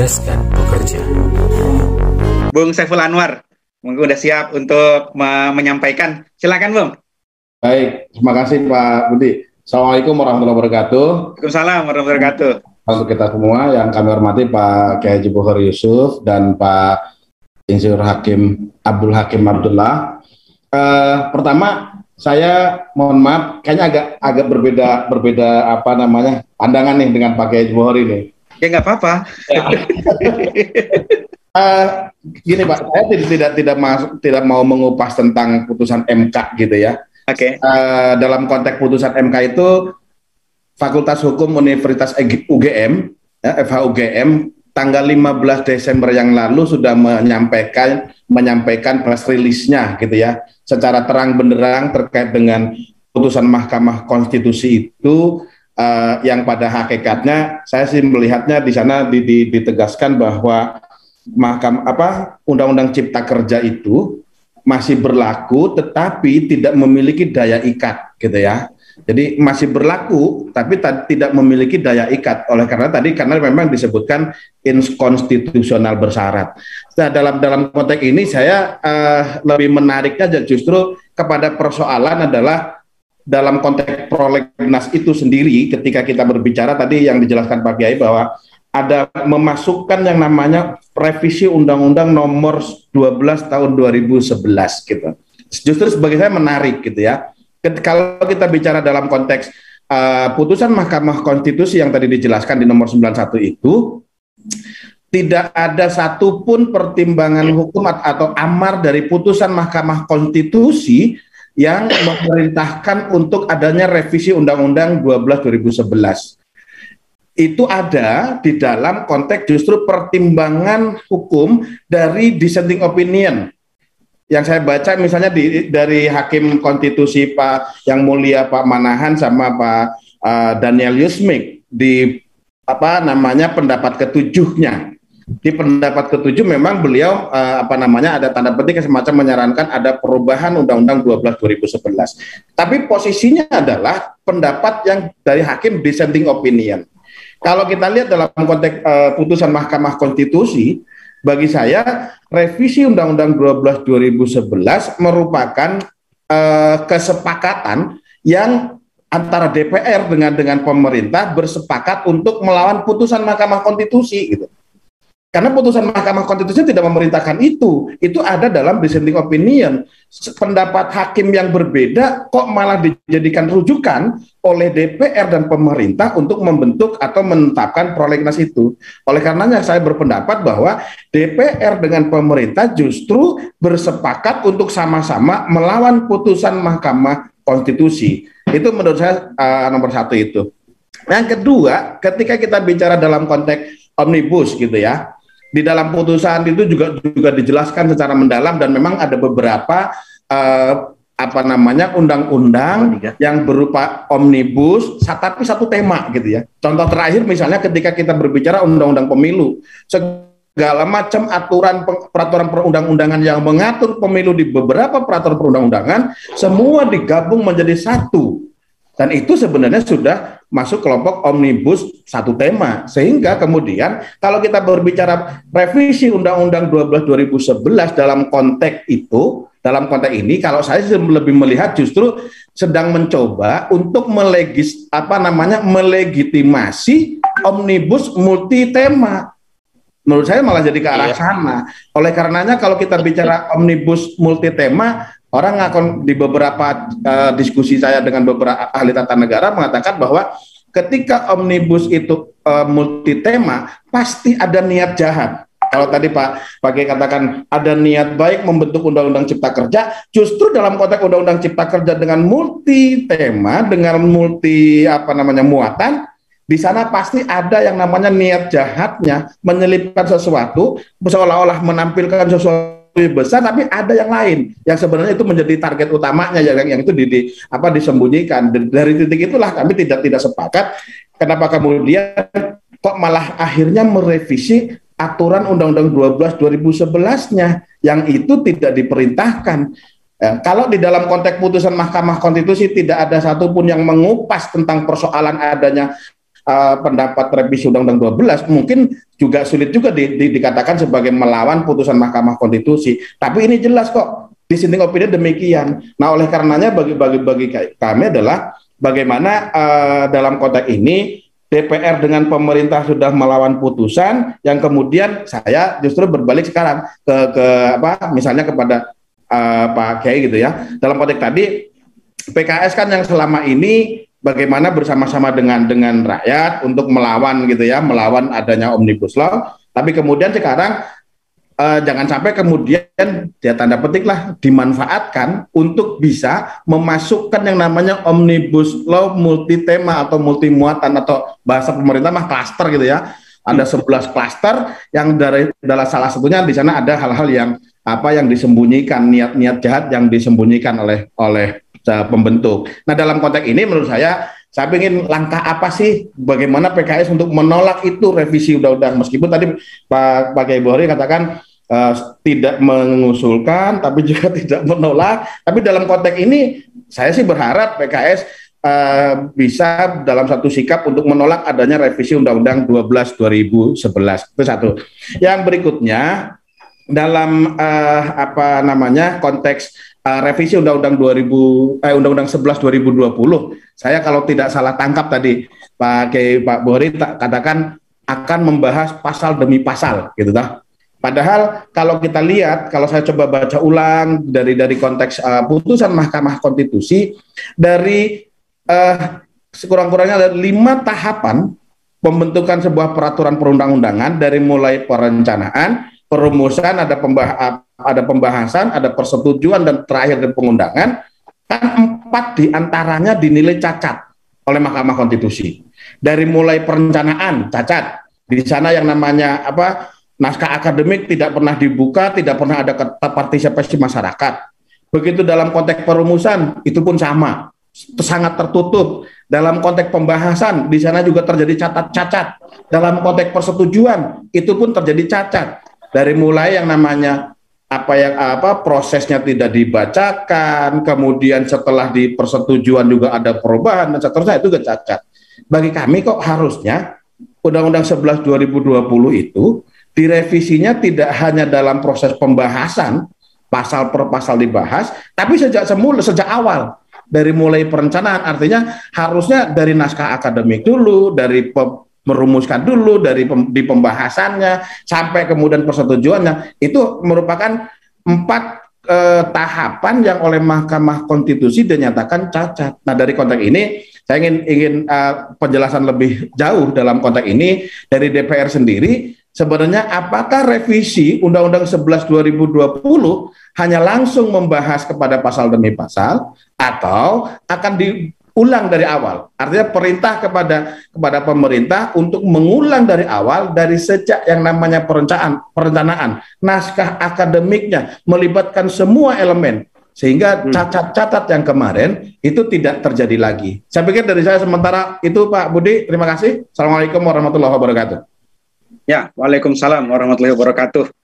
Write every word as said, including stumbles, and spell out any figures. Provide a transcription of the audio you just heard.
mencerdaskan pekerja. Bung Saiful Anwar, mungkin udah siap untuk me- menyampaikan. Silakan, Bung. Baik, terima kasih Pak Budi. Assalamualaikum warahmatullahi wabarakatuh. Waalaikumsalam warahmatullahi wabarakatuh. Untuk kita semua yang kami hormati Pak Kiai Haji Bukhari Yusuf dan Pak Insinyur Hakim Abdul Hakim Abdullah. Uh, pertama, saya mohon maaf, kayaknya agak agak berbeda berbeda apa namanya pandangan nih dengan Pak Kiai Haji Bukhari nih. Ya nggak apa-apa. uh, gini Pak, saya tidak tidak tidak, masuk, tidak mau mengupas tentang putusan M K gitu ya. Oke. Okay. Uh, dalam konteks putusan M K itu Fakultas Hukum Universitas U G M, ya, F H U G M, tanggal lima belas Desember yang lalu sudah menyampaikan menyampaikan press release-nya gitu ya, secara terang benderang terkait dengan putusan Mahkamah Konstitusi itu, uh, yang pada hakikatnya saya sih melihatnya di sana di, di, ditegaskan bahwa Mahkamah apa Undang-Undang Cipta Kerja itu masih berlaku tetapi tidak memiliki daya ikat gitu ya. Jadi masih berlaku tapi tidak memiliki daya ikat, oleh karena tadi karena memang disebutkan inkonstitusional bersyarat. Nah, dalam dalam konteks ini saya uh, lebih menariknya justru kepada persoalan adalah dalam konteks prolegnas itu sendiri, ketika kita berbicara tadi yang dijelaskan Pak Kiai bahwa ada memasukkan yang namanya revisi Undang-Undang Nomor dua belas Tahun dua ribu sebelas gitu. Justru sebagai saya menarik gitu ya. Kalau kita bicara dalam konteks uh, putusan Mahkamah Konstitusi yang tadi dijelaskan di nomor sembilan puluh satu itu, tidak ada satupun pertimbangan hukum atau amar dari putusan Mahkamah Konstitusi yang memerintahkan untuk adanya revisi Undang-Undang dua belas dua ribu sebelas. Itu ada di dalam konteks justru pertimbangan hukum dari dissenting opinion. Yang saya baca misalnya di, dari Hakim Konstitusi Pak Yang Mulia Pak Manahan sama Pak uh, Daniel Yusmik di apa namanya pendapat ketujuhnya. Di pendapat ketujuh memang beliau uh, apa namanya ada tanda petik semacam menyarankan ada perubahan Undang-Undang dua belas dua ribu sebelas. Tapi posisinya adalah pendapat yang dari Hakim dissenting opinion. Kalau kita lihat dalam konteks uh, putusan Mahkamah Konstitusi, bagi saya revisi Undang-Undang dua belas dua ribu sebelas merupakan uh, kesepakatan yang antara D P R dengan dengan pemerintah bersepakat untuk melawan putusan Mahkamah Konstitusi gitu. Karena putusan Mahkamah Konstitusi tidak memerintahkan itu, itu ada dalam dissenting opinion. Pendapat hakim yang berbeda kok malah dijadikan rujukan oleh D P R dan pemerintah untuk membentuk atau menetapkan prolegnas itu. Oleh karenanya saya berpendapat bahwa D P R dengan pemerintah justru bersepakat untuk sama-sama melawan putusan Mahkamah Konstitusi. Itu menurut saya uh, nomor satu itu. Yang kedua, ketika kita bicara dalam konteks omnibus gitu ya, di dalam putusan itu juga juga dijelaskan secara mendalam dan memang ada beberapa uh, apa namanya undang-undang yang berupa omnibus tapi satu tema gitu ya. Contoh terakhir misalnya ketika kita berbicara undang-undang pemilu, segala macam aturan peraturan perundang-undangan yang mengatur pemilu di beberapa peraturan perundang-undangan semua digabung menjadi satu. Dan itu sebenarnya sudah masuk kelompok omnibus satu tema. Sehingga kemudian kalau kita berbicara revisi Undang-Undang dua belas dua ribu sebelas dalam konteks itu, dalam konteks ini, kalau saya lebih melihat justru sedang mencoba untuk melegis, apa namanya, melegitimasi omnibus multi tema. Menurut saya malah jadi ke arah iya. sana. Oleh karenanya kalau kita bicara omnibus multi tema, orang akan di beberapa uh, diskusi saya dengan beberapa ahli tata negara mengatakan bahwa ketika omnibus itu uh, multi tema pasti ada niat jahat. Kalau tadi Pak Pagi katakan ada niat baik membentuk Undang-Undang Cipta Kerja, justru dalam konteks Undang-Undang Cipta Kerja dengan multi tema, dengan multi apa namanya muatan, di sana pasti ada yang namanya niat jahatnya menyelipkan sesuatu seolah-olah menampilkan sesuatu lebih besar, tapi ada yang lain yang sebenarnya itu menjadi target utamanya yang yang itu di, di apa disembunyikan. Dari titik itulah kami tidak tidak sepakat kenapa kemudian kok malah akhirnya merevisi aturan Undang-Undang dua belas dua ribu sebelas-nya yang itu tidak diperintahkan. Ya, kalau di dalam konteks putusan Mahkamah Konstitusi tidak ada satupun yang mengupas tentang persoalan adanya uh, pendapat revisi Undang-Undang dua belas mungkin juga sulit juga di, di, dikatakan sebagai melawan putusan Mahkamah Konstitusi. Tapi ini jelas kok dissenting opinion demikian. Nah, oleh karenanya bagi bagi bagi kami adalah bagaimana uh, dalam konteks ini D P R dengan pemerintah sudah melawan putusan yang kemudian saya justru berbalik sekarang ke ke apa misalnya kepada uh, Pak Kiai gitu ya. Dalam konteks tadi P K S kan yang selama ini bagaimana bersama-sama dengan dengan rakyat untuk melawan gitu ya, melawan adanya Omnibus Law, tapi kemudian sekarang Uh, jangan sampai kemudian ya tanda petik lah dimanfaatkan untuk bisa memasukkan yang namanya Omnibus Law multi tema atau multi muatan atau bahasa pemerintah mah klaster gitu ya. Ada sebelas klaster yang dari adalah salah satunya di sana ada hal-hal yang apa yang disembunyikan, niat-niat jahat yang disembunyikan oleh oleh uh, pembentuk. Nah, dalam konteks ini menurut saya saya ingin langkah apa sih bagaimana P K S untuk menolak itu revisi undang-undang, meskipun tadi Pak Pak Kiai Bukhari katakan Uh, tidak mengusulkan, tapi juga tidak menolak. Tapi dalam konteks ini, saya sih berharap P K S uh, bisa dalam satu sikap untuk menolak adanya revisi Undang-Undang dua belas dua ribu sebelas. Itu satu. Yang berikutnya, dalam uh, apa namanya konteks uh, revisi Undang-Undang dua ribu eh, Undang-Undang sebelas dua ribu dua puluh, saya kalau tidak salah tangkap tadi Pak Kiai Pak Bukhari katakan akan membahas pasal demi pasal, gitu dah. Padahal kalau kita lihat, kalau saya coba baca ulang dari dari konteks uh, putusan Mahkamah Konstitusi, dari uh, sekurang-kurangnya ada lima tahapan pembentukan sebuah peraturan perundang-undangan, dari mulai perencanaan, perumusan, ada, pembah ada pembahasan, ada persetujuan, dan terakhir dari pengundangan, kan empat diantaranya dinilai cacat oleh Mahkamah Konstitusi. Dari mulai perencanaan cacat, di sana yang namanya apa? Naskah akademik tidak pernah dibuka, tidak pernah ada partisipasi masyarakat. Begitu dalam konteks perumusan, itu pun sama, sangat tertutup. Dalam konteks pembahasan, di sana juga terjadi cacat-cacat. Dalam konteks persetujuan, itu pun terjadi cacat. Dari mulai yang namanya apa yang apa prosesnya tidak dibacakan, kemudian setelah di persetujuan juga ada perubahan dan seterusnya, itu juga cacat. Bagi kami kok harusnya Undang-Undang sebelas dua ribu dua puluh itu direvisinya tidak hanya dalam proses pembahasan pasal per pasal dibahas, tapi sejak semula sejak awal, dari mulai perencanaan, artinya harusnya dari naskah akademik dulu, dari merumuskan dulu, dari pem, di pembahasannya sampai kemudian persetujuannya, itu merupakan empat eh, tahapan yang oleh Mahkamah Konstitusi dinyatakan cacat. Nah, dari konteks ini saya ingin ingin uh, penjelasan lebih jauh dalam konteks ini dari D P R sendiri. Sebenarnya apakah revisi Undang-Undang sebelas dua ribu dua puluh hanya langsung membahas kepada pasal demi pasal, atau akan diulang dari awal? Artinya perintah kepada kepada pemerintah untuk mengulang dari awal, dari sejak yang namanya perencanaan, perencanaan, naskah akademiknya, melibatkan semua elemen, sehingga cacat-cacat yang kemarin itu tidak terjadi lagi. Saya pikir dari saya sementara itu, Pak Budi. Terima kasih. Assalamualaikum warahmatullahi wabarakatuh. Ya, waalaikumsalam warahmatullahi wabarakatuh.